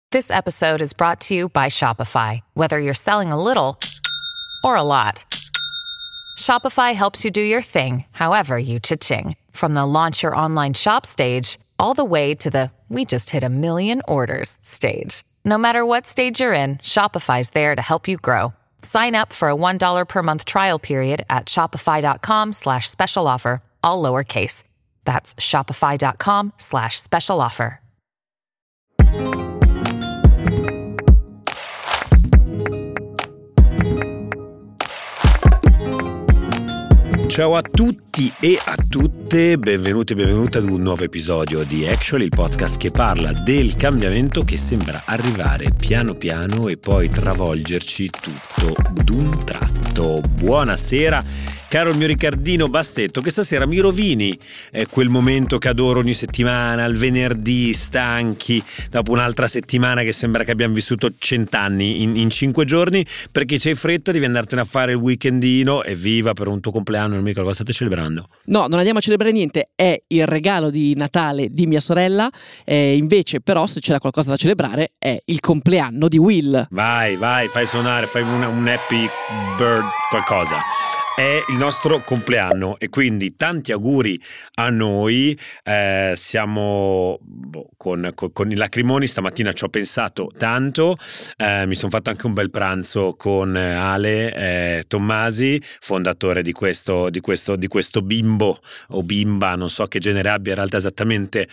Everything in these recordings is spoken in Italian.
This episode is brought to you by Shopify. Whether you're selling a little or a lot, Shopify helps you do your thing, however you cha-ching. From the launch your online shop stage, all the way to the we just hit 1 million orders stage. No matter what stage you're in, Shopify's there to help you grow. Sign up for a $1 per month trial period at shopify.com/special offer, all lowercase. That's shopify.com/special offer. Ciao a tutti e a tutte, benvenuti e benvenute ad un nuovo episodio di Actually, il podcast che parla del cambiamento che sembra arrivare piano piano e poi travolgerci tutto d'un tratto. Buonasera, caro il mio Riccardino Bassetto, che stasera mi rovini quel momento che adoro ogni settimana, il venerdì, stanchi, dopo un'altra settimana che sembra che abbiamo vissuto 100 anni in 5 giorni, perché c'hai fretta, devi andartene a fare il weekendino, evviva per un tuo compleanno, non mi ricordo cosa state celebrando. No, non andiamo a celebrare niente, è il regalo di Natale di mia sorella, invece però se c'era qualcosa da celebrare è il compleanno di Will. Vai, fai suonare, fai un happy bird qualcosa. È il nostro compleanno e quindi tanti auguri a noi. Siamo con i lacrimoni, stamattina ci ho pensato tanto, mi sono fatto anche un bel pranzo con Ale Tommasi, fondatore di questo bimbo o bimba, non so che genere abbia in realtà esattamente,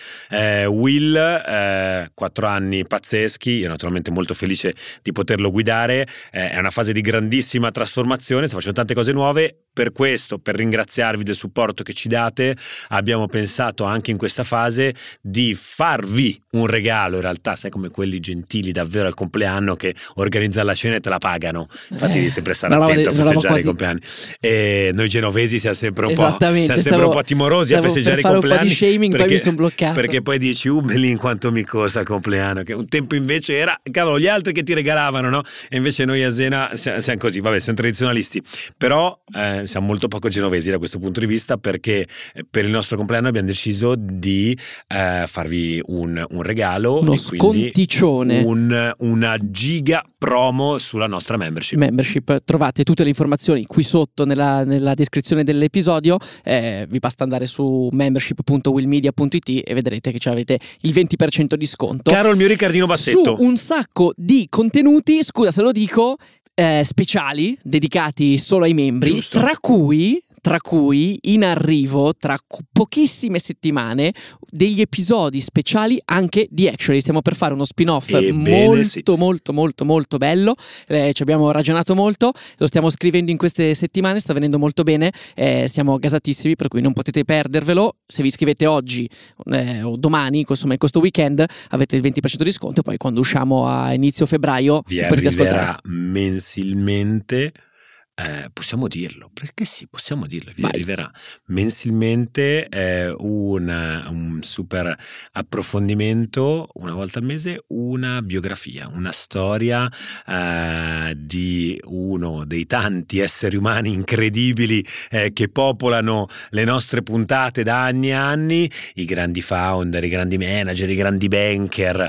Will, 4 anni pazzeschi, io naturalmente molto felice di poterlo guidare, è una fase di grandissima trasformazione, sta facendo tante cose nuove. Per questo, per ringraziarvi del supporto che ci date, abbiamo pensato anche in questa fase di farvi un regalo, in realtà sai come quelli gentili davvero al compleanno che organizzano la cena e te la pagano, infatti devi sempre stare attento a festeggiare i compleanni, e noi genovesi siamo sempre un po' timorosi a festeggiare i compleanni, un po' di shaming, perché, poi mi sono bloccato, perché poi dici Belin quanto mi costa il compleanno, che un tempo invece era cavolo gli altri che ti regalavano, no? E invece noi a Zena siamo così, vabbè, siamo tradizionalisti, però siamo molto poco genovesi da questo punto di vista, perché per il nostro compleanno abbiamo deciso di farvi un regalo, uno e sconticcione, una giga promo sulla nostra membership. Trovate tutte le informazioni qui sotto nella descrizione dell'episodio, vi basta andare su membership.willmedia.it e vedrete che avete il 20% di sconto. Caro il mio Riccardino Bassetto, su un sacco di contenuti, scusa se lo dico, speciali dedicati solo ai membri. Giusto. Tra cui in arrivo tra pochissime settimane degli episodi speciali anche di Actually. Stiamo per fare uno spin-off molto bello, ci abbiamo ragionato molto, lo stiamo scrivendo in queste settimane, sta venendo molto bene, siamo gasatissimi, per cui non potete perdervelo. Se vi iscrivete oggi o domani, insomma in questo weekend, avete il 20% di sconto, e poi quando usciamo a inizio febbraio vi potete ascoltare mensilmente. Possiamo dirlo, perché sì, possiamo dirlo, vi Vai. arriverà mensilmente un super approfondimento, una volta al mese, una biografia, una storia di uno dei tanti esseri umani incredibili che popolano le nostre puntate da anni e anni, i grandi founder, i grandi manager, i grandi banker,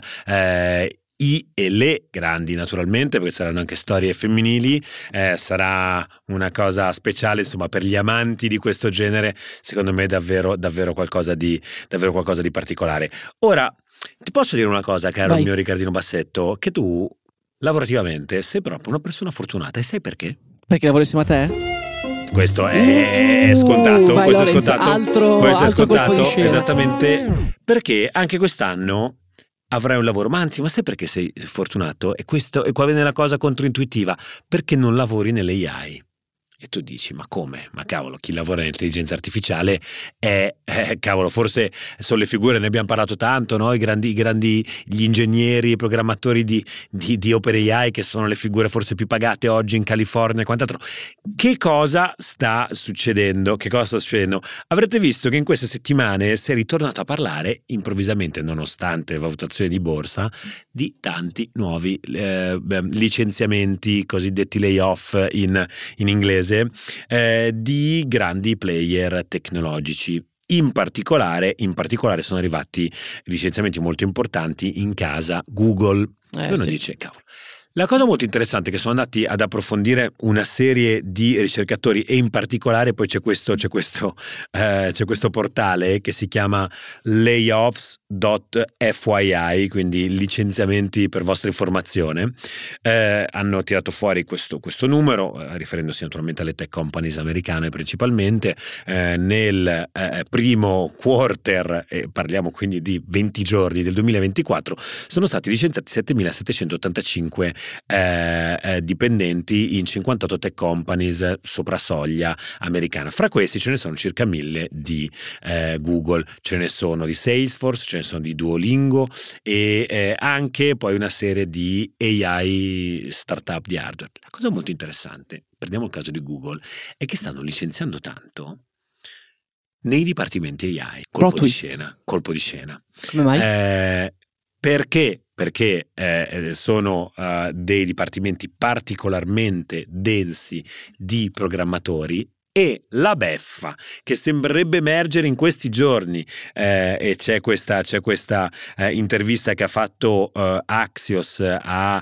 i e le grandi, naturalmente, perché saranno anche storie femminili, sarà una cosa speciale, insomma, per gli amanti di questo genere, secondo me davvero qualcosa di particolare. Ora ti posso dire una cosa, caro Vai. il mio Riccardino Bassetto, che tu lavorativamente sei proprio una persona fortunata, e sai perché? Perché lavorissimo a te? Questo è scontato, vai, questo Lorenz, è scontato, altro questo è colpo di scontato, scena. esattamente, perché anche quest'anno avrai un lavoro. Ma anzi, ma sai perché sei fortunato? E qua viene la cosa controintuitiva: perché non lavori nell'AI. E tu dici, ma come? Ma cavolo, chi lavora nell'intelligenza artificiale cavolo, forse sono le figure, ne abbiamo parlato tanto, no? Gli ingegneri, i programmatori di OpenAI, che sono le figure forse più pagate oggi in California e quant'altro. Che cosa sta succedendo? Avrete visto che in queste settimane si è ritornato a parlare, improvvisamente, nonostante le valutazioni di borsa, di tanti nuovi licenziamenti, cosiddetti layoff in inglese, di grandi player tecnologici. In particolare sono arrivati licenziamenti molto importanti in casa Google. Uno dice, cavolo. La cosa molto interessante è che sono andati ad approfondire una serie di ricercatori e in particolare poi c'è questo portale che si chiama layoffs.fyi, quindi licenziamenti per vostra informazione. Hanno tirato fuori questo numero, riferendosi naturalmente alle tech companies americane principalmente. Nel primo quarter, parliamo quindi di 20 giorni del 2024, sono stati licenziati 7.785 dipendenti in 58 tech companies sopra soglia americana. Fra questi ce ne sono circa 1.000 di Google, ce ne sono di Salesforce, ce ne sono di Duolingo e anche poi una serie di AI startup di hardware. La cosa molto interessante, prendiamo il caso di Google, è che stanno licenziando tanto nei dipartimenti AI. Colpo di scena. Come mai? Perché sono dei dipartimenti particolarmente densi di programmatori, e la beffa che sembrerebbe emergere in questi giorni, e c'è questa intervista che ha fatto Axios a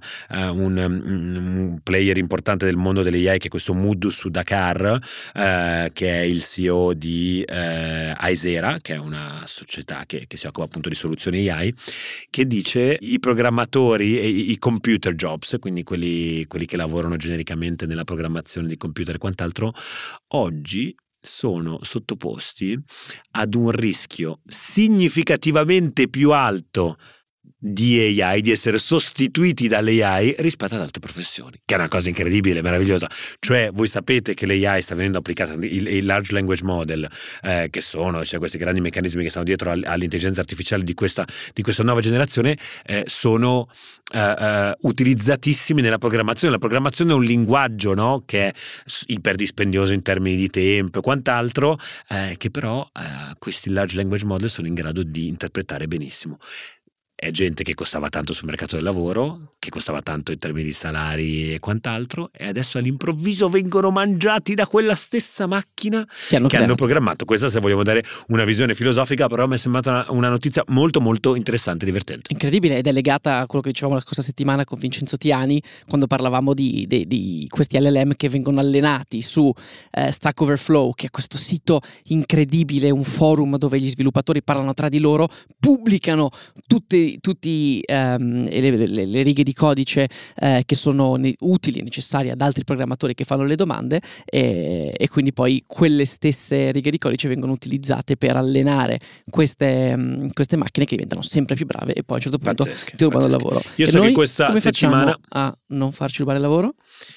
un player importante del mondo delle AI, che è questo Muddu Sudhakar, che è il CEO di Aisera, che è una società che si occupa appunto di soluzioni AI, che dice i programmatori e i computer jobs, quindi quelli che lavorano genericamente nella programmazione di computer e quant'altro, oggi sono sottoposti ad un rischio significativamente più alto di AI, di essere sostituiti dall'AI rispetto ad altre professioni, che è una cosa incredibile, meravigliosa. Cioè, voi sapete che l'AI sta venendo applicata, il large language model, che c'è questi grandi meccanismi che stanno dietro all'intelligenza artificiale di questa nuova generazione, sono utilizzatissimi nella programmazione. La programmazione è un linguaggio, no? Che è iperdispendioso in termini di tempo e quant'altro, che però questi large language model sono in grado di interpretare benissimo. È gente che costava tanto sul mercato del lavoro, che costava tanto in termini di salari e quant'altro, e adesso all'improvviso vengono mangiati da quella stessa macchina che hanno programmato. Questa, se vogliamo dare una visione filosofica, però mi è sembrata una notizia molto molto interessante e divertente. Incredibile, ed è legata a quello che dicevamo la scorsa settimana con Vincenzo Tiani, quando parlavamo di questi LLM che vengono allenati su Stack Overflow, che è questo sito incredibile, un forum dove gli sviluppatori parlano tra di loro, pubblicano tutte le righe di codice che sono utili e necessarie ad altri programmatori che fanno le domande, e quindi poi quelle stesse righe di codice vengono utilizzate per allenare queste macchine, che diventano sempre più brave e poi a un certo punto ti rubano il lavoro. Io so che questa settimana a non farci rubare il lavoro?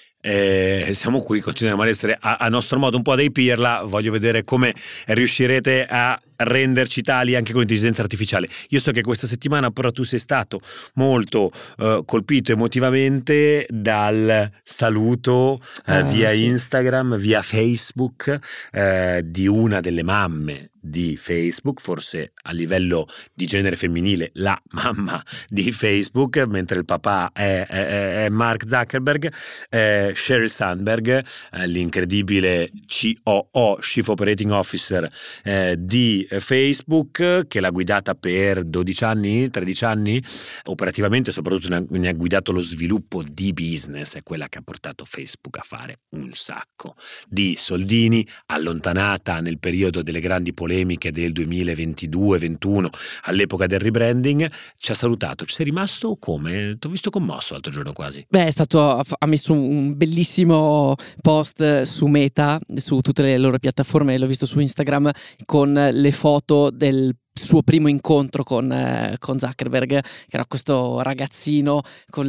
Siamo qui, continuiamo a essere a nostro modo un po' dei pirla. Voglio vedere come riuscirete a renderci tali anche con l'intelligenza artificiale. Io so che questa settimana però tu sei stato molto colpito emotivamente dal saluto via Instagram, via Facebook, di una delle mamme di Facebook, forse a livello di genere femminile la mamma di Facebook, mentre il papà è Mark Zuckerberg, Sheryl Sandberg, l'incredibile COO, Chief Operating Officer di Facebook, che l'ha guidata per 12 anni, 13 anni operativamente, soprattutto ne ha guidato lo sviluppo di business, è quella che ha portato Facebook a fare un sacco di soldini, allontanata nel periodo delle grandi polemiche del 2022-21, all'epoca del rebranding. Ci ha salutato. Ci sei rimasto o come? Ti ho visto commosso l'altro giorno quasi. Beh, ha messo un bellissimo post su Meta, su tutte le loro piattaforme, l'ho visto su Instagram, con le foto del suo primo incontro con Zuckerberg, che era questo ragazzino con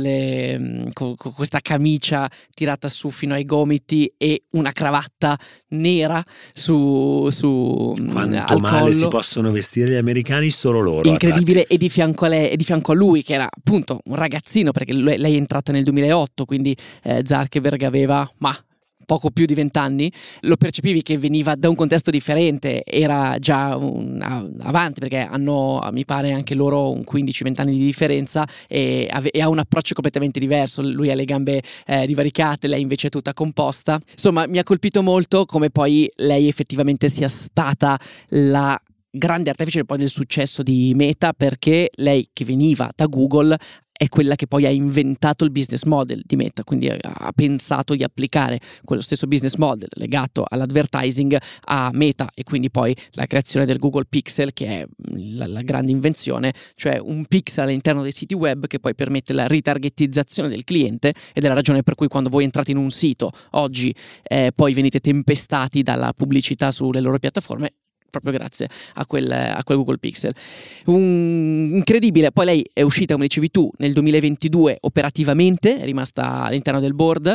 questa camicia tirata su fino ai gomiti e una cravatta nera su quanto al male collo. Si possono vestire gli americani, solo loro. Incredibile. E di fianco a lui, che era appunto un ragazzino, perché lei è entrata nel 2008, quindi Zuckerberg aveva poco più di 20 anni, lo percepivi che veniva da un contesto differente, era già avanti, perché hanno, mi pare, anche loro un 15-20 anni di differenza, e ha un approccio completamente diverso. Lui ha le gambe divaricate, lei invece è tutta composta. Insomma, mi ha colpito molto come poi lei effettivamente sia stata la grande artefice poi del successo di Meta, perché lei, che veniva da Google, è quella che poi ha inventato il business model di Meta, quindi ha pensato di applicare quello stesso business model legato all'advertising a Meta, e quindi poi la creazione del Google Pixel, che è la grande invenzione, cioè un pixel all'interno dei siti web che poi permette la ritargetizzazione del cliente, ed è la ragione per cui quando voi entrate in un sito oggi poi venite tempestati dalla pubblicità sulle loro piattaforme proprio grazie a quel Google Pixel. Incredibile. Poi lei è uscita, come dicevi tu, nel 2022 operativamente, è rimasta all'interno del board,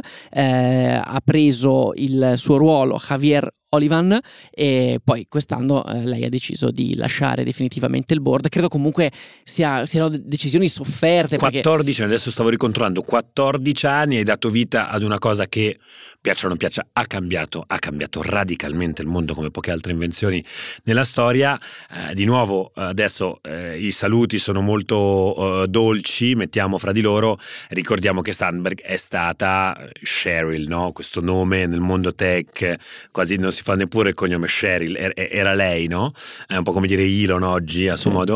ha preso il suo ruolo Javier Olivan, e poi quest'anno lei ha deciso di lasciare definitivamente il board. Credo comunque siano decisioni sofferte. 14 anni, adesso stavo ricontrollando, 14 anni hai dato vita ad una cosa che, piaccia o non piaccia, ha cambiato radicalmente il mondo come poche altre invenzioni nella storia. Di nuovo adesso i saluti sono molto dolci, mettiamo fra di loro. Ricordiamo che Sandberg è stata Sheryl, no? Questo nome nel mondo tech quasi non si fa neppure il cognome Sheryl, era lei, no? È un po' come dire Elon oggi a suo modo.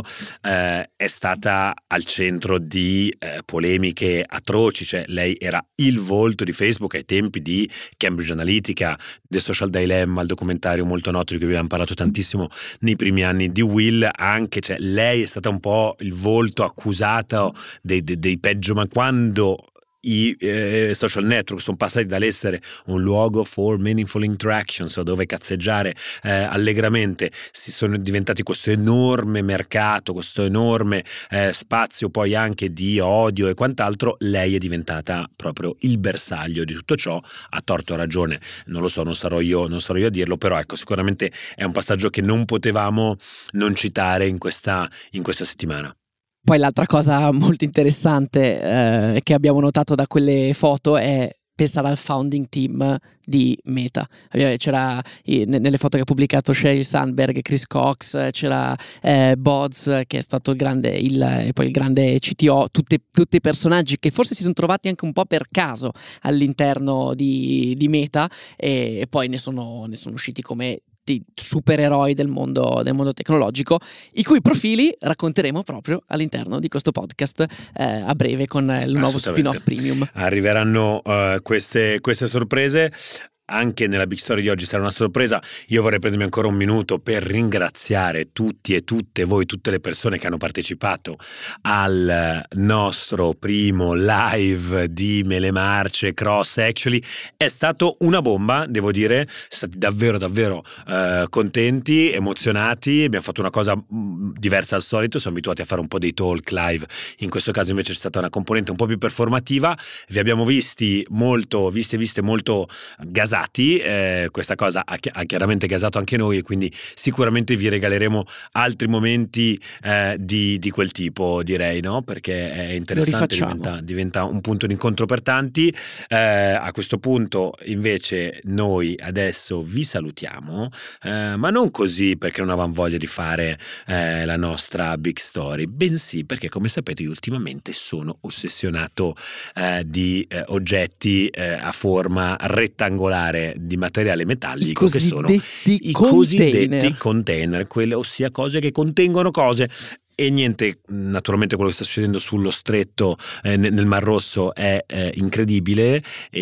È stata al centro di polemiche atroci, cioè lei era il volto di Facebook ai tempi di Cambridge Analytica, The Social Dilemma, il documentario molto noto di cui abbiamo parlato tantissimo nei primi anni di Will. Anche, cioè, lei è stata un po' il volto accusato dei peggio, ma quando i social network sono passati dall'essere un luogo for meaningful interactions, dove cazzeggiare allegramente, si sono diventati questo enorme mercato, questo enorme spazio poi anche di odio e quant'altro. Lei è diventata proprio il bersaglio di tutto ciò, a torto o a ragione, non lo so, non sarò io a dirlo, però ecco, sicuramente è un passaggio che non potevamo non citare in questa settimana. Poi l'altra cosa molto interessante che abbiamo notato da quelle foto è pensare al founding team di Meta. C'era nelle foto che ha pubblicato Sheryl Sandberg, Chris Cox, c'era Boz, che è stato il grande CTO, tutti personaggi che forse si sono trovati anche un po' per caso all'interno di Meta, e poi ne sono usciti come di supereroi del mondo tecnologico, i cui profili racconteremo proprio all'interno di questo podcast a breve con il nuovo spin-off premium. Arriveranno queste sorprese. Anche nella Big Story di oggi sarà una sorpresa. Io vorrei prendermi ancora un minuto per ringraziare tutti e tutte voi, tutte le persone che hanno partecipato al nostro primo live di Mele Marce Cross. Actually è stato una bomba, devo dire, stati davvero contenti, emozionati. Abbiamo fatto una cosa diversa al solito, siamo abituati a fare un po' dei talk live, in questo caso invece c'è stata una componente un po' più performativa. Vi abbiamo viste molto gasati. Questa cosa ha chiaramente gasato anche noi, e quindi sicuramente vi regaleremo altri momenti di quel tipo, direi, no? Perché è interessante, diventa un punto di incontro per tanti. A questo punto invece noi adesso vi salutiamo, ma non così perché non avevamo voglia di fare la nostra Big Story, bensì perché, come sapete, io ultimamente sono ossessionato di oggetti a forma rettangolare di materiale metallico, che sono i cosiddetti container, ossia cose che contengono cose. E niente, naturalmente quello che sta succedendo sullo stretto nel Mar Rosso è incredibile,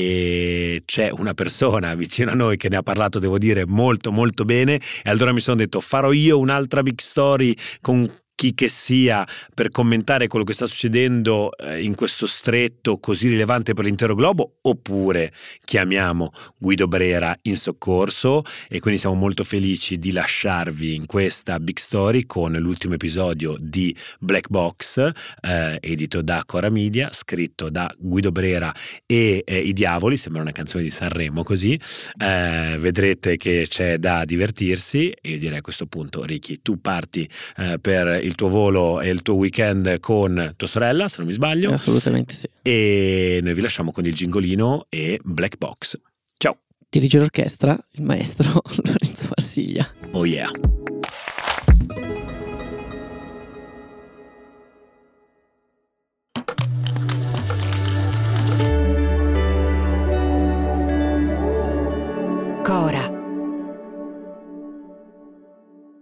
e c'è una persona vicino a noi che ne ha parlato, devo dire, molto bene, e allora mi sono detto: farò io un'altra Big Story con chi che sia per commentare quello che sta succedendo in questo stretto così rilevante per l'intero globo, oppure chiamiamo Guido Brera in soccorso. E quindi siamo molto felici di lasciarvi in questa Big Story con l'ultimo episodio di Black Box, edito da Cora Media, scritto da Guido Brera e I Diavoli. Sembra una canzone di Sanremo così. Vedrete che c'è da divertirsi, e io direi a questo punto, Ricky, tu parti per il tuo volo e il tuo weekend con tua sorella, se non mi sbaglio. Assolutamente sì. E noi vi lasciamo con il gingolino e Black Box. Ciao. Dirige l'orchestra il maestro Lorenzo Marsiglia. Oh yeah. Cora.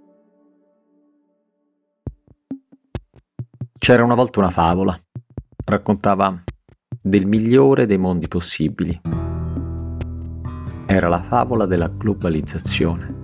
C'era una volta una favola. raccontava del migliore dei mondi possibili. Era la favola della globalizzazione.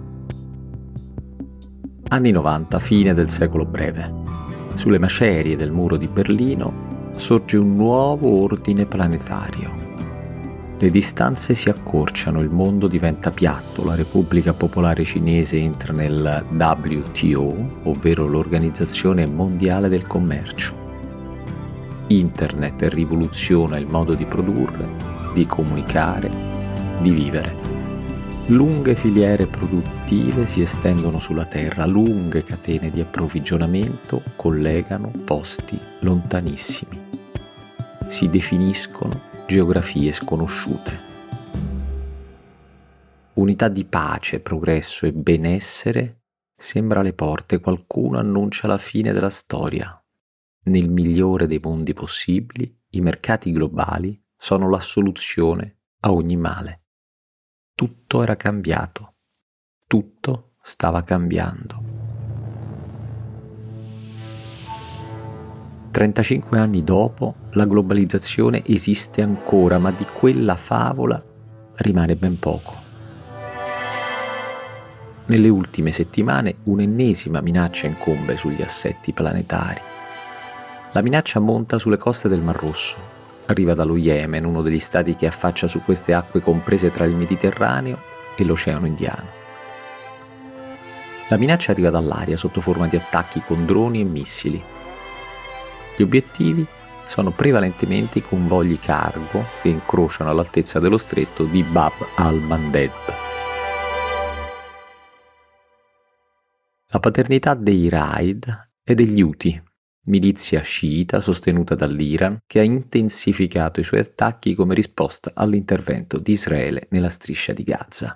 Anni 90, fine del secolo breve. Sulle macerie del muro di Berlino sorge un nuovo ordine planetario. Le distanze si accorciano, il mondo diventa piatto, la Repubblica Popolare Cinese entra nel WTO, ovvero l'Organizzazione Mondiale del Commercio. Internet rivoluziona il modo di produrre, di comunicare, di vivere. Lunghe filiere produttive si estendono sulla Terra, lunghe catene di approvvigionamento collegano posti lontanissimi. Si definiscono geografie sconosciute. Unità di pace, progresso e benessere sembra alle porte, qualcuno annuncia la fine della storia. Nel migliore dei mondi possibili, i mercati globali sono la soluzione a ogni male. Tutto era cambiato, tutto stava cambiando. 35 anni dopo, la globalizzazione esiste ancora, ma di quella favola rimane ben poco. Nelle ultime settimane un'ennesima minaccia incombe sugli assetti planetari. La minaccia monta sulle coste del Mar Rosso, arriva dallo Yemen, uno degli stati che affaccia su queste acque comprese tra il Mediterraneo e l'Oceano Indiano. La minaccia arriva dall'aria sotto forma di attacchi con droni e missili. Gli obiettivi sono prevalentemente i convogli cargo che incrociano all'altezza dello stretto di Bab al-Mandeb. La paternità dei raid è degli Houthi, milizia sciita sostenuta dall'Iran che ha intensificato i suoi attacchi come risposta all'intervento di Israele nella striscia di Gaza.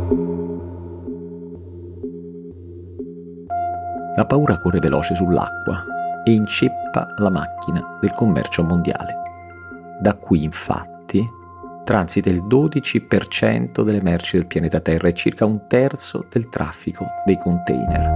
La paura corre veloce sull'acqua e inceppa la macchina del commercio mondiale. Da qui, infatti, transita il 12% delle merci del pianeta Terra e circa un terzo del traffico dei container.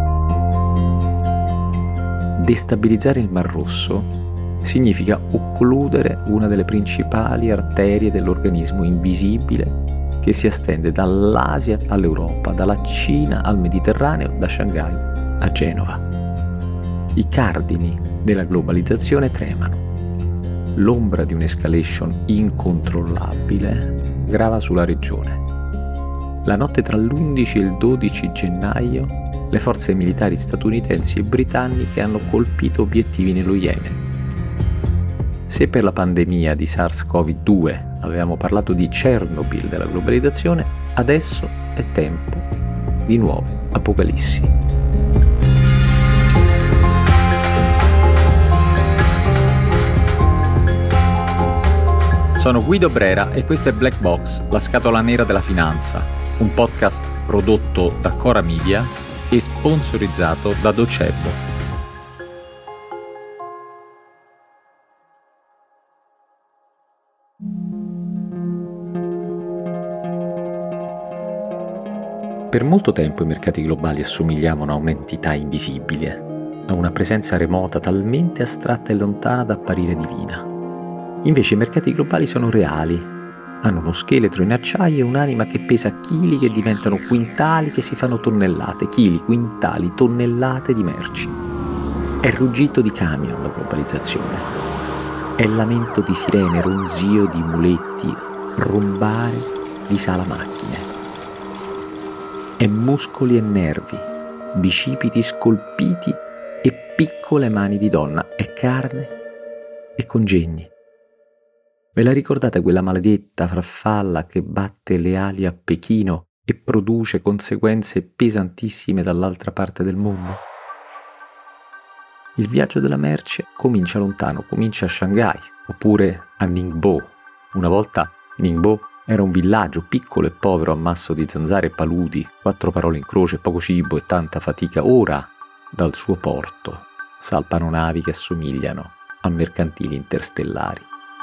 Destabilizzare il Mar Rosso significa occludere una delle principali arterie dell'organismo invisibile che si estende dall'Asia all'Europa, dalla Cina al Mediterraneo, da Shanghai a Genova. I cardini della globalizzazione tremano. L'ombra di un'escalation incontrollabile grava sulla regione. La notte tra l'11 e il 12 gennaio le forze militari statunitensi e britanniche hanno colpito obiettivi nello Yemen. Se per la pandemia di SARS-CoV-2 avevamo parlato di Chernobyl della globalizzazione, adesso è tempo di nuove apocalissi. Sono Guido Brera e questo è Black Box, la scatola nera della finanza, un podcast prodotto da Cora Media e sponsorizzato da Docebo. Per molto tempo i mercati globali assomigliavano a un'entità invisibile, a una presenza remota talmente astratta e lontana da apparire divina. Invece i mercati globali sono reali, hanno uno scheletro in acciaio e un'anima che pesa chili che diventano quintali che si fanno tonnellate, chili, quintali, tonnellate di merci. È ruggito di camion la globalizzazione, è lamento di sirene, ronzio di muletti, rombare di salamacchine. È muscoli e nervi, bicipiti scolpiti e piccole mani di donna, è carne e congegni. Ve la ricordate quella maledetta farfalla che batte le ali a Pechino e produce conseguenze pesantissime dall'altra parte del mondo? Il viaggio della merce comincia lontano, comincia a Shanghai oppure a Ningbo. Una volta Ningbo era un villaggio piccolo e povero ammasso di zanzare e paludi, 4 parole in croce, poco cibo e tanta fatica. Ora dal suo porto salpano navi che assomigliano a mercantili interstellari.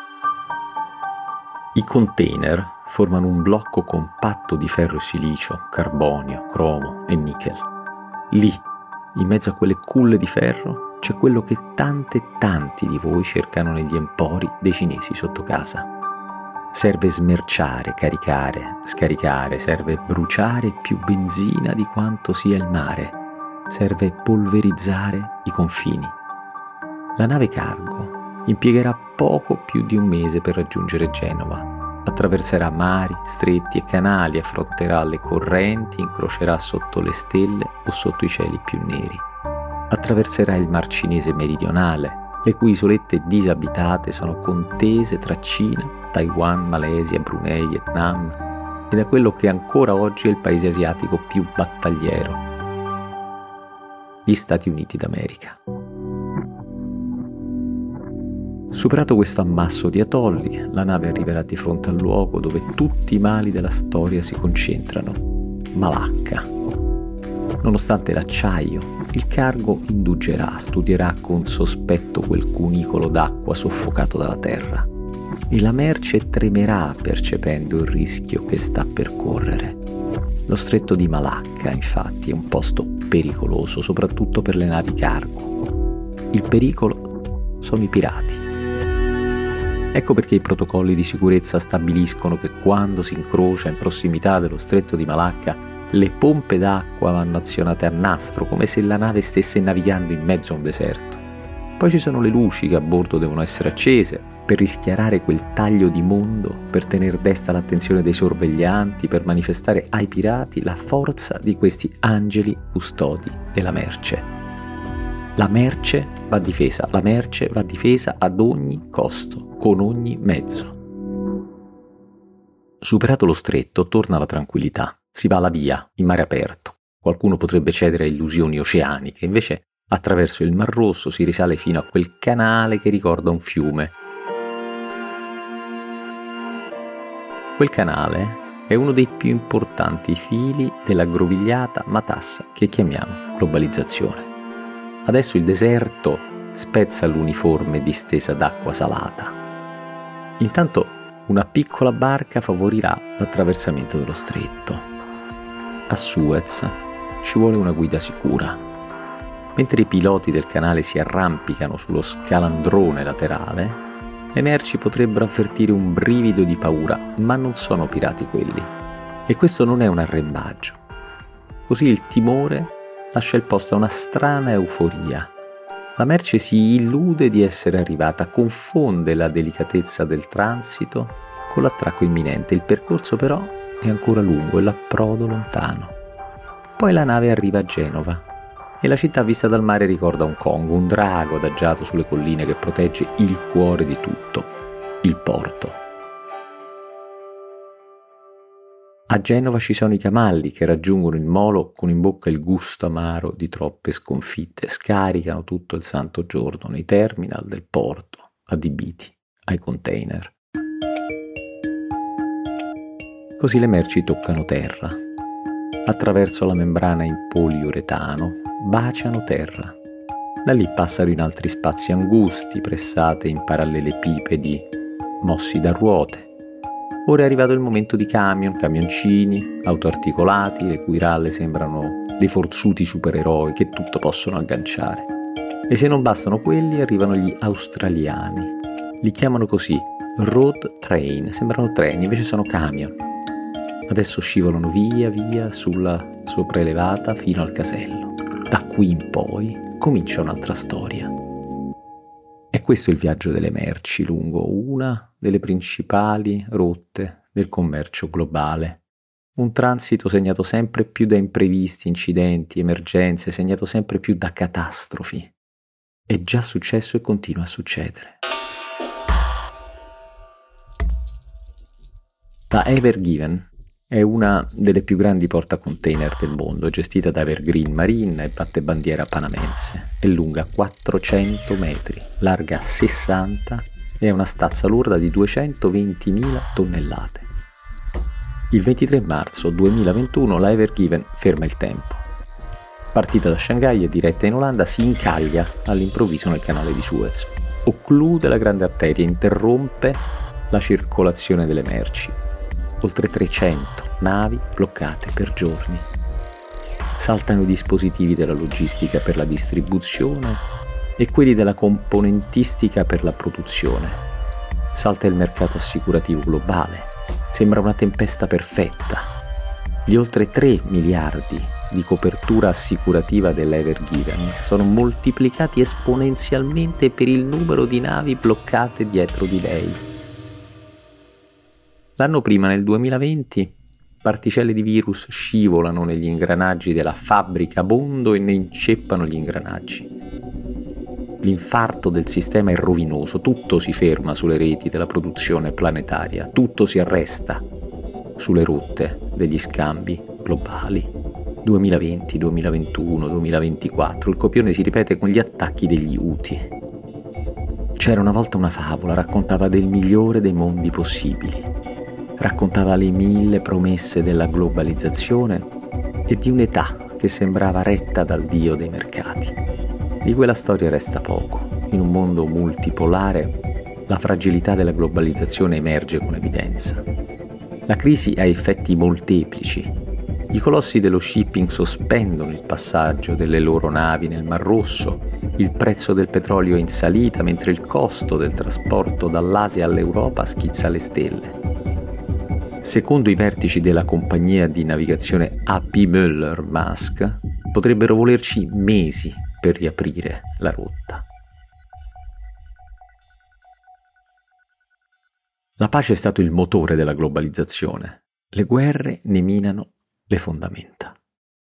I container formano un blocco compatto di ferro e silicio, carbonio, cromo e nickel. Lì, in mezzo a quelle culle di ferro, c'è quello che tante e tanti di voi cercano negli empori dei cinesi sotto casa. Serve smerciare, caricare, scaricare, serve bruciare più benzina di quanto sia il mare, serve polverizzare i confini. La nave cargo impiegherà poco più di un mese per raggiungere Genova. Attraverserà mari, stretti e canali, affronterà le correnti, incrocerà sotto le stelle o sotto i cieli più neri. Attraverserà il Mar Cinese meridionale, le cui isolette disabitate sono contese tra Cina, Taiwan, Malesia, Brunei, Vietnam e da quello che ancora oggi è il paese asiatico più battagliero, gli Stati Uniti d'America. Superato questo ammasso di atolli, la nave arriverà di fronte al luogo dove tutti i mali della storia si concentrano, Malacca. Nonostante l'acciaio, il cargo indugerà, studierà con sospetto quel cunicolo d'acqua soffocato dalla terra e la merce tremerà percependo il rischio che sta per correre. Lo stretto di Malacca, infatti, è un posto pericoloso, soprattutto per le navi cargo. Il pericolo sono i pirati. Ecco perché i protocolli di sicurezza stabiliscono che quando si incrocia in prossimità dello stretto di Malacca, le pompe d'acqua vanno azionate a nastro, come se la nave stesse navigando in mezzo a un deserto. Poi ci sono le luci che a bordo devono essere accese per rischiarare quel taglio di mondo, per tenere desta l'attenzione dei sorveglianti, per manifestare ai pirati la forza di questi angeli custodi della merce. La merce va difesa, la merce va difesa ad ogni costo, con ogni mezzo. Superato lo stretto, torna la tranquillità. Si va alla via, in mare aperto. Qualcuno potrebbe cedere a illusioni oceaniche, invece attraverso il Mar Rosso si risale fino a quel canale che ricorda un fiume. Quel canale è uno dei più importanti fili dell'aggrovigliata matassa che chiamiamo globalizzazione. Adesso il deserto spezza l'uniforme distesa d'acqua salata. Intanto una piccola barca favorirà l'attraversamento dello stretto. A Suez ci vuole una guida sicura. Mentre i piloti del canale si arrampicano sullo scalandrone laterale, le merci potrebbero avvertire un brivido di paura, ma non sono pirati quelli. E questo non è un arrembaggio. Così il timore lascia il posto a una strana euforia. La merce si illude di essere arrivata, confonde la delicatezza del transito con l'attracco imminente. Il percorso però è ancora lungo e l'approdo lontano. Poi la nave arriva a Genova e la città vista dal mare ricorda Hong Kong, un drago adagiato sulle colline che protegge il cuore di tutto, il porto. A Genova ci sono i camalli che raggiungono il molo con in bocca il gusto amaro di troppe sconfitte, scaricano tutto il santo giorno nei terminal del porto, adibiti ai container. Così le merci toccano terra. Attraverso la membrana in poliuretano baciano terra. Da lì passano in altri spazi angusti, pressate in parallelepipedi, mossi da ruote. Ora è arrivato il momento di camion, camioncini, autoarticolati, le cui ralle sembrano dei forzuti supereroi che tutto possono agganciare. E se non bastano quelli, arrivano gli australiani. Li chiamano così, road train, sembrano treni, invece sono camion. Adesso scivolano via via sulla sopraelevata fino al casello. Da qui in poi comincia un'altra storia. È questo il viaggio delle merci lungo una delle principali rotte del commercio globale. Un transito segnato sempre più da imprevisti, incidenti, emergenze, segnato sempre più da catastrofi. È già successo e continua a succedere. La Ever Given è una delle più grandi portacontainer del mondo, gestita da Evergreen Marine e batte bandiera panamense. È lunga 400 metri, larga 60 e ha una stazza lorda di 220.000 tonnellate. Il 23 marzo 2021 la Ever Given ferma il tempo. Partita da Shanghai e diretta in Olanda, si incaglia all'improvviso nel canale di Suez. Occlude la grande arteria, interrompe la circolazione delle merci. Oltre 300 navi bloccate per giorni. Saltano i dispositivi della logistica per la distribuzione e quelli della componentistica per la produzione. Salta il mercato assicurativo globale. Sembra una tempesta perfetta. Gli oltre 3 miliardi di copertura assicurativa dell'Ever Given sono moltiplicati esponenzialmente per il numero di navi bloccate dietro di lei. L'anno prima, nel 2020, particelle di virus scivolano negli ingranaggi della fabbrica Bondo e ne inceppano gli ingranaggi. L'infarto del sistema è rovinoso, tutto si ferma sulle reti della produzione planetaria, tutto si arresta sulle rotte degli scambi globali. 2020, 2021, 2024, il copione si ripete con gli attacchi degli Houthi. C'era una volta una favola, raccontava del migliore dei mondi possibili, raccontava le 1000 promesse della globalizzazione e di un'età che sembrava retta dal dio dei mercati. Di quella storia resta poco. In un mondo multipolare, la fragilità della globalizzazione emerge con evidenza. La crisi ha effetti molteplici. I colossi dello shipping sospendono il passaggio delle loro navi nel Mar Rosso, il prezzo del petrolio è in salita mentre il costo del trasporto dall'Asia all'Europa schizza le stelle. Secondo i vertici della compagnia di navigazione AP Møller Maersk, potrebbero volerci mesi per riaprire la rotta. La pace è stato il motore della globalizzazione. Le guerre ne minano le fondamenta.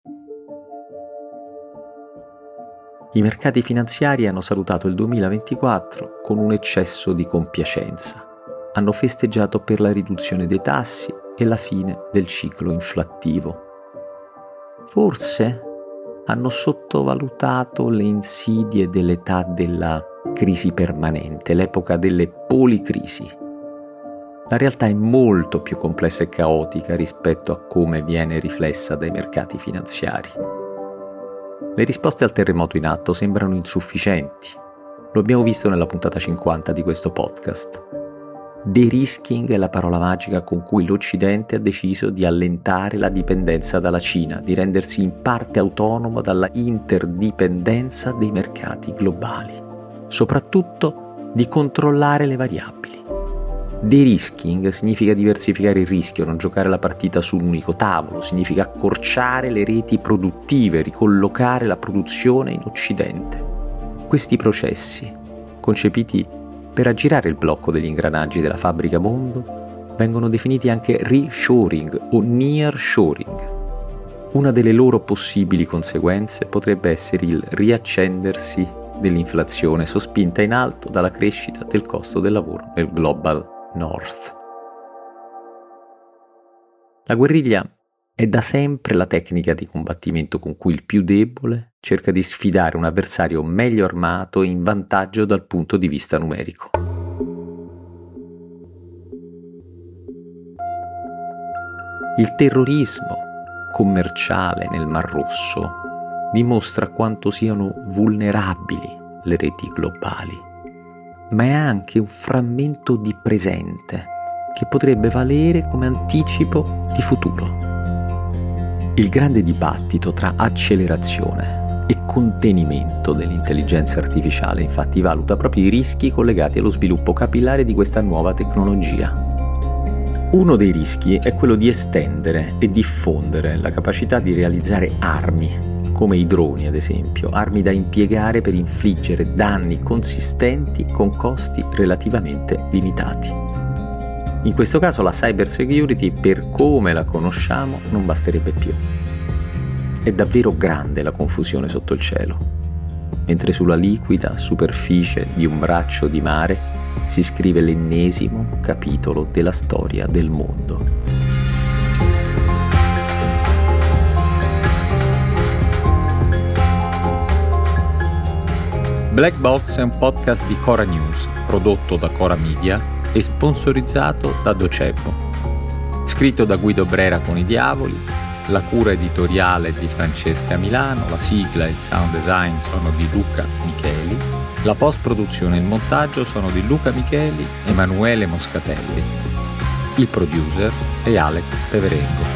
I mercati finanziari hanno salutato il 2024 con un eccesso di compiacenza. Hanno festeggiato per la riduzione dei tassi e la fine del ciclo inflattivo. Forse hanno sottovalutato le insidie dell'età della crisi permanente, l'epoca delle policrisi. La realtà è molto più complessa e caotica rispetto a come viene riflessa dai mercati finanziari. Le risposte al terremoto in atto sembrano insufficienti. Lo abbiamo visto nella puntata 50 di questo podcast. De-risking è la parola magica con cui l'Occidente ha deciso di allentare la dipendenza dalla Cina, di rendersi in parte autonomo dalla interdipendenza dei mercati globali, soprattutto di controllare le variabili. De-risking significa diversificare il rischio, non giocare la partita su un unico tavolo, significa accorciare le reti produttive, ricollocare la produzione in Occidente. Questi processi, concepiti per aggirare il blocco degli ingranaggi della fabbrica Bondo, vengono definiti anche reshoring o nearshoring. Una delle loro possibili conseguenze potrebbe essere il riaccendersi dell'inflazione sospinta in alto dalla crescita del costo del lavoro nel Global North. La guerriglia è da sempre la tecnica di combattimento con cui il più debole cerca di sfidare un avversario meglio armato e in vantaggio dal punto di vista numerico. Il terrorismo commerciale nel Mar Rosso dimostra quanto siano vulnerabili le reti globali, ma è anche un frammento di presente che potrebbe valere come anticipo di futuro. Il grande dibattito tra accelerazione e contenimento dell'intelligenza artificiale infatti valuta proprio i rischi collegati allo sviluppo capillare di questa nuova tecnologia. Uno dei rischi è quello di estendere e diffondere la capacità di realizzare armi, come i droni ad esempio, armi da impiegare per infliggere danni consistenti con costi relativamente limitati. In questo caso la cybersecurity, per come la conosciamo, non basterebbe più. È davvero grande la confusione sotto il cielo, mentre sulla liquida superficie di un braccio di mare si scrive l'ennesimo capitolo della storia del mondo. Black Box è un podcast di Cora News, prodotto da Cora Media e sponsorizzato da Docebo. Scritto da Guido Brera con i Diavoli, la cura editoriale di Francesca Milano, la sigla e il sound design sono di Luca Micheli, la post-produzione e il montaggio sono di Luca Micheli e Emanuele Moscatelli. Il producer è Alex Peverengo.